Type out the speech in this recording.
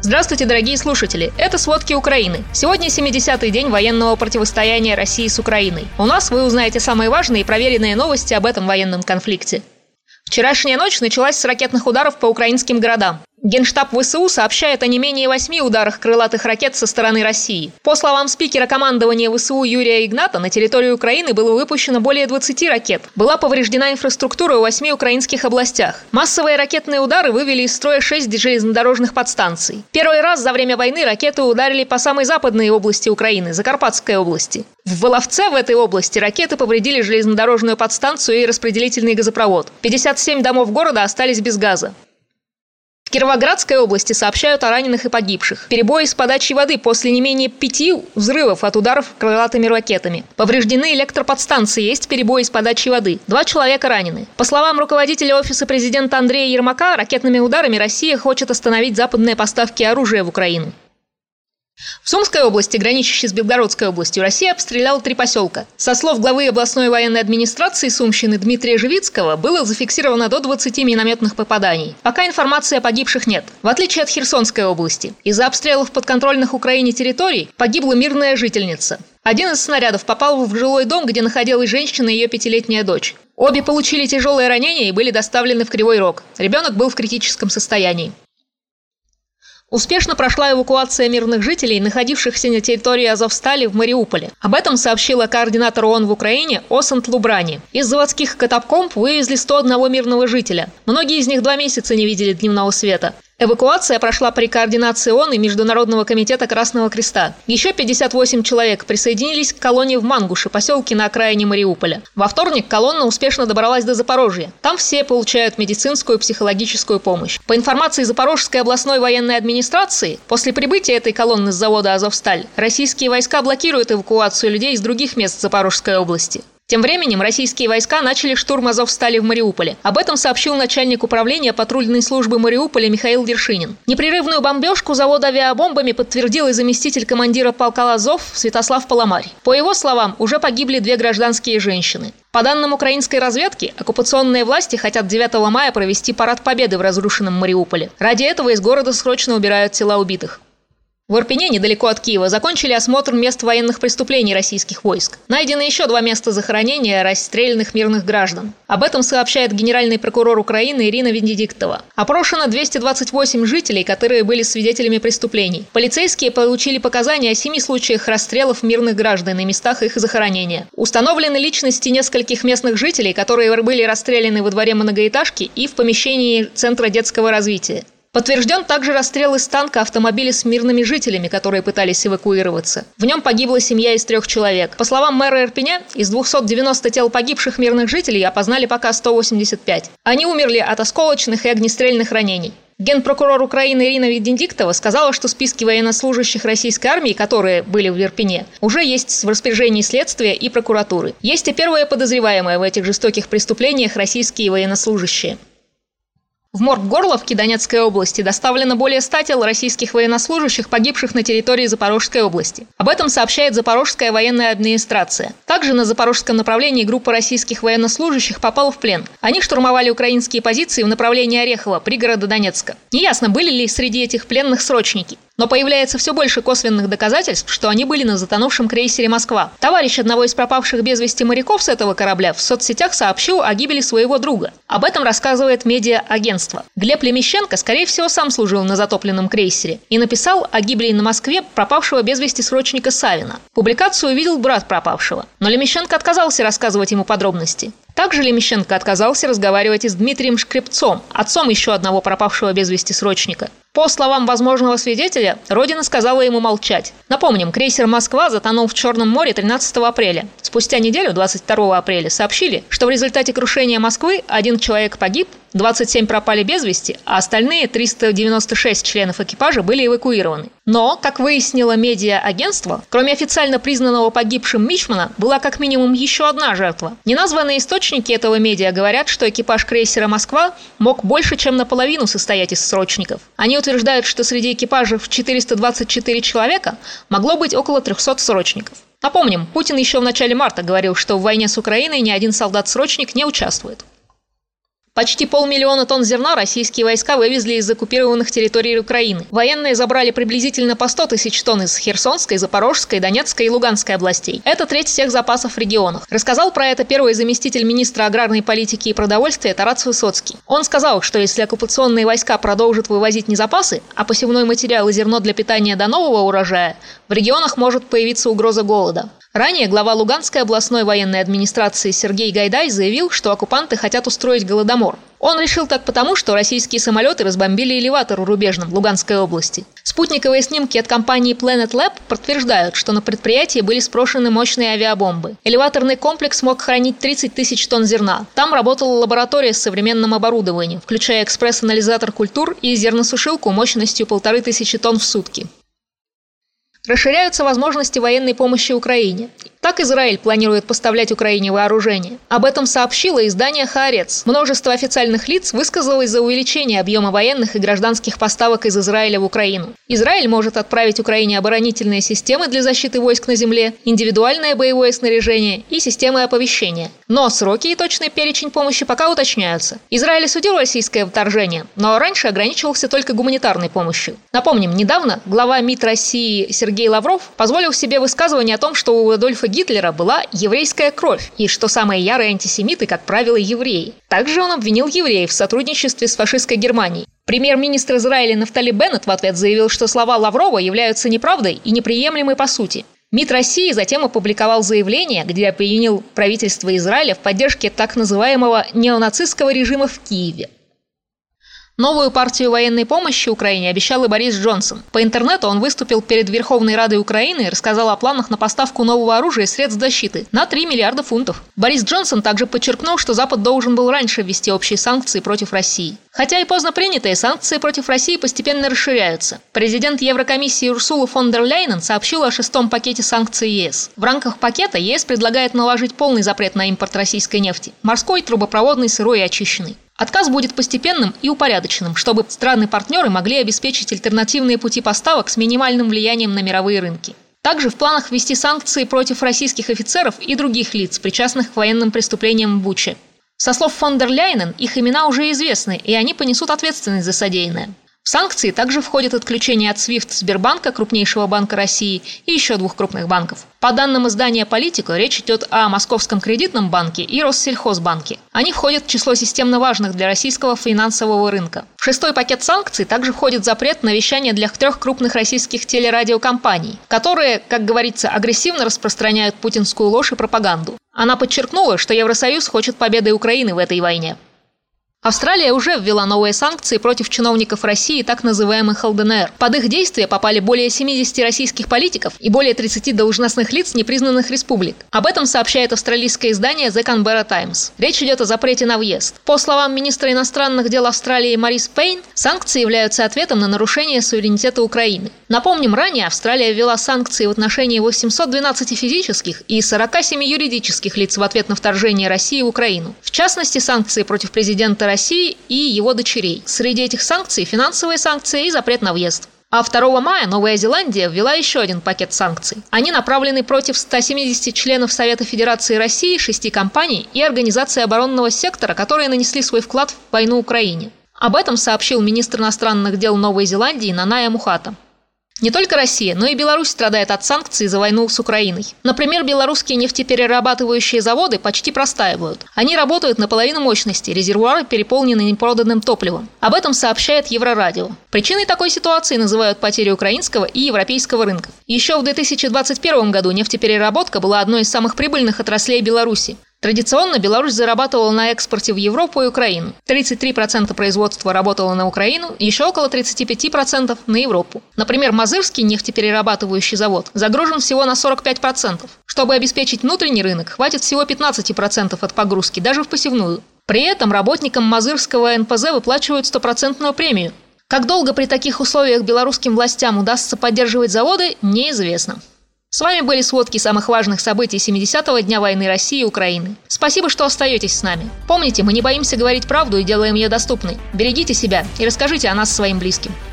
Здравствуйте, дорогие слушатели! Это «Сводки Украины». Сегодня 70-й день военного противостояния России с Украиной. У нас вы узнаете самые важные и проверенные новости об этом военном конфликте. Вчерашняя ночь началась с ракетных ударов по украинским городам. Генштаб ВСУ сообщает о не менее 8 ударах крылатых ракет со стороны России. По словам спикера командования ВСУ Юрия Игната, на территорию Украины было выпущено более 20 ракет. Была повреждена инфраструктура в 8 украинских областях. Массовые ракетные удары вывели из строя 6 железнодорожных подстанций. Первый раз за время войны ракеты ударили по самой западной области Украины – Закарпатской области. В Воловце в этой области ракеты повредили железнодорожную подстанцию и распределительный газопровод. 57 домов города остались без газа. В Кировоградской области сообщают о раненых и погибших. Перебои с подачей воды после не менее 5 взрывов от ударов крылатыми ракетами. Повреждены электроподстанции, есть перебои с подачей воды. 2 человека ранены. По словам руководителя офиса президента Андрея Ермака, ракетными ударами Россия хочет остановить западные поставки оружия в Украину. В Сумской области, граничащей с Белгородской областью, Россия обстреляла 3 поселка. Со слов главы областной военной администрации Сумщины Дмитрия Живицкого, было зафиксировано до 20 минометных попаданий. Пока информации о погибших нет. В отличие от Херсонской области, из-за обстрелов подконтрольных Украине территорий погибла мирная жительница. Один из снарядов попал в жилой дом, где находилась женщина и ее 5-летняя дочь. Обе получили тяжелые ранения и были доставлены в Кривой Рог. Ребенок был в критическом состоянии. Успешно прошла эвакуация мирных жителей, находившихся на территории Азовстали в Мариуполе. Об этом сообщила координатор ООН в Украине Осант Лубрани. Из заводских катакомб вывезли 101 мирного жителя. Многие из них 2 месяца не видели дневного света. Эвакуация прошла при координации ООН и Международного комитета Красного Креста. Еще 58 человек присоединились к колонне в Мангуше, поселке на окраине Мариуполя. Во вторник колонна успешно добралась до Запорожья. Там все получают медицинскую и психологическую помощь. По информации Запорожской областной военной администрации, после прибытия этой колонны с завода «Азовсталь» российские войска блокируют эвакуацию людей из других мест Запорожской области. Тем временем российские войска начали штурм Азовстали в Мариуполе. Об этом сообщил начальник управления патрульной службы Мариуполя Михаил Вершинин. Непрерывную бомбежку завода авиабомбами подтвердил и заместитель командира полка Азов Святослав Паламарь. По его словам, уже погибли 2 гражданские женщины. По данным украинской разведки, оккупационные власти хотят 9 мая провести парад победы в разрушенном Мариуполе. Ради этого из города срочно убирают тела убитых. В Ирпене, недалеко от Киева, закончили осмотр мест военных преступлений российских войск. Найдены еще 2 места захоронения расстрелянных мирных граждан. Об этом сообщает генеральный прокурор Украины Ирина Венедиктова. Опрошено 228 жителей, которые были свидетелями преступлений. Полицейские получили показания о 7 случаях расстрелов мирных граждан и местах их захоронения. Установлены личности нескольких местных жителей, которые были расстреляны во дворе многоэтажки и в помещении Центра детского развития. Подтвержден также расстрел из танка автомобиля с мирными жителями, которые пытались эвакуироваться. В нем погибла семья из 3 человек. По словам мэра Ирпеня, из 290 тел погибших мирных жителей опознали пока 185. Они умерли от осколочных и огнестрельных ранений. Генпрокурор Украины Ирина Венедиктова сказала, что списки военнослужащих российской армии, которые были в Ирпене, уже есть в распоряжении следствия и прокуратуры. Есть и первые подозреваемые в этих жестоких преступлениях российские военнослужащие. В морг Горловки Донецкой области доставлено более 100 тел российских военнослужащих, погибших на территории Запорожской области. Об этом сообщает Запорожская военная администрация. Также на запорожском направлении группа российских военнослужащих попала в плен. Они штурмовали украинские позиции в направлении Орехова, пригорода Донецка. Неясно, были ли среди этих пленных срочники. Но появляется все больше косвенных доказательств, что они были на затонувшем крейсере «Москва». Товарищ одного из пропавших без вести моряков с этого корабля в соцсетях сообщил о гибели своего друга. Об этом рассказывает медиа-агентство. Глеб Лемещенко, скорее всего, сам служил на затопленном крейсере и написал о гибели на Москве пропавшего без вести срочника Савина. Публикацию увидел брат пропавшего, но Лемещенко отказался рассказывать ему подробности. Также Лемещенко отказался разговаривать и с Дмитрием Шкрепцом, отцом еще одного пропавшего без вести срочника. По словам возможного свидетеля, Родина сказала ему молчать. Напомним, крейсер «Москва» затонул в Черном море 13 апреля. Спустя неделю, 22 апреля, сообщили, что в результате крушения «Москвы» 1 человек погиб, 27 пропали без вести, а остальные 396 членов экипажа были эвакуированы. Но, как выяснило медиа-агентство, кроме официально признанного погибшим мичмана, была как минимум еще одна жертва. Неназванные источники этого медиа говорят, что экипаж крейсера «Москва» мог больше, чем наполовину состоять из срочников. Они утверждают, что среди экипажа в 424 человека могло быть около 300 срочников. Напомним, Путин еще в начале марта говорил, что в войне с Украиной ни один солдат-срочник не участвует. Почти 500 000 тонн зерна российские войска вывезли из оккупированных территорий Украины. Военные забрали приблизительно по 100 000 тонн из Херсонской, Запорожской, Донецкой и Луганской областей. Это треть всех запасов в регионах. Рассказал про это первый заместитель министра аграрной политики и продовольствия Тарас Высоцкий. Он сказал, что если оккупационные войска продолжат вывозить не запасы, а посевной материал и зерно для питания до нового урожая, в регионах может появиться угроза голода. Ранее глава Луганской областной военной администрации Сергей Гайдай заявил, что оккупанты хотят устроить голодомор. Он решил так потому, что российские самолеты разбомбили элеватор у Рубежном Луганской области. Спутниковые снимки от компании Planet Lab подтверждают, что на предприятии были сброшены мощные авиабомбы. Элеваторный комплекс мог хранить 30 000 тонн зерна. Там работала лаборатория с современным оборудованием, включая экспресс-анализатор культур и зерносушилку мощностью 1500 тонн в сутки. Расширяются возможности военной помощи Украине. Так Израиль планирует поставлять Украине вооружение. Об этом сообщило издание «Хаарец». Множество официальных лиц высказалось за увеличение объема военных и гражданских поставок из Израиля в Украину. Израиль может отправить Украине оборонительные системы для защиты войск на земле, индивидуальное боевое снаряжение и системы оповещения. Но сроки и точный перечень помощи пока уточняются. Израиль осудил российское вторжение, но раньше ограничивался только гуманитарной помощью. Напомним, недавно глава МИД России Сергей Лавров позволил себе высказывание о том, что у Адольфа Гитлера была еврейская кровь, и что самые ярые антисемиты, как правило, евреи. Также он обвинил евреев в сотрудничестве с фашистской Германией. Премьер-министр Израиля Нафтали Беннет в ответ заявил, что слова Лаврова являются неправдой и неприемлемой по сути. МИД России затем опубликовал заявление, где обвинил правительство Израиля в поддержке так называемого неонацистского режима в Киеве. Новую партию военной помощи Украине обещал и Борис Джонсон. По интернету он выступил перед Верховной Радой Украины и рассказал о планах на поставку нового оружия и средств защиты на 3 миллиарда фунтов. Борис Джонсон также подчеркнул, что Запад должен был раньше ввести общие санкции против России. Хотя и поздно принятые, санкции против России постепенно расширяются. Президент Еврокомиссии Урсула фон дер Ляйен сообщила о 6-м пакете санкций ЕС. В рамках пакета ЕС предлагает наложить полный запрет на импорт российской нефти – морской, трубопроводной, сырой и очищенной. Отказ будет постепенным и упорядоченным, чтобы страны-партнеры могли обеспечить альтернативные пути поставок с минимальным влиянием на мировые рынки. Также в планах ввести санкции против российских офицеров и других лиц, причастных к военным преступлениям в Буче. Со слов фон дер Ляйен, их имена уже известны, и они понесут ответственность за содеянное. В санкции также входит отключение от SWIFT Сбербанка, крупнейшего банка России, и еще 2 крупных банков. По данным издания «Политика», речь идет о Московском кредитном банке и Россельхозбанке. Они входят в число системно важных для российского финансового рынка. В 6-й пакет санкций также входит запрет на вещание для 3 крупных российских телерадиокомпаний, которые, как говорится, агрессивно распространяют путинскую ложь и пропаганду. Она подчеркнула, что Евросоюз хочет победы Украины в этой войне. Австралия уже ввела новые санкции против чиновников России, так называемых ЛДНР. Под их действие попали более 70 российских политиков и более 30 должностных лиц непризнанных республик. Об этом сообщает австралийское издание The Canberra Times. Речь идет о запрете на въезд. По словам министра иностранных дел Австралии Марис Пейн, санкции являются ответом на нарушение суверенитета Украины. Напомним, ранее Австралия ввела санкции в отношении 812 физических и 47 юридических лиц в ответ на вторжение России в Украину. В частности, санкции против президента России и его дочерей. Среди этих санкций – финансовые санкции и запрет на въезд. А 2 мая Новая Зеландия ввела еще один пакет санкций. Они направлены против 170 членов Совета Федерации России, 6 компаний и организаций оборонного сектора, которые нанесли свой вклад в войну в Украине. Об этом сообщил министр иностранных дел Новой Зеландии Наная Мухата. Не только Россия, но и Беларусь страдает от санкций за войну с Украиной. Например, белорусские нефтеперерабатывающие заводы почти простаивают. Они работают на половину мощности, резервуары переполнены непроданным топливом. Об этом сообщает Еврорадио. Причиной такой ситуации называют потери украинского и европейского рынков. Еще в 2021 году нефтепереработка была одной из самых прибыльных отраслей Беларуси. Традиционно Беларусь зарабатывала на экспорте в Европу и Украину. 33% производства работало на Украину, еще около 35% на Европу. Например, Мазырский нефтеперерабатывающий завод загружен всего на 45%. Чтобы обеспечить внутренний рынок, хватит всего 15% от погрузки, даже в посевную. При этом работникам Мазырского НПЗ выплачивают 100% премию. Как долго при таких условиях белорусским властям удастся поддерживать заводы, неизвестно. С вами были сводки самых важных событий 70-го дня войны России и Украины. Спасибо, что остаетесь с нами. Помните, мы не боимся говорить правду и делаем ее доступной. Берегите себя и расскажите о нас своим близким.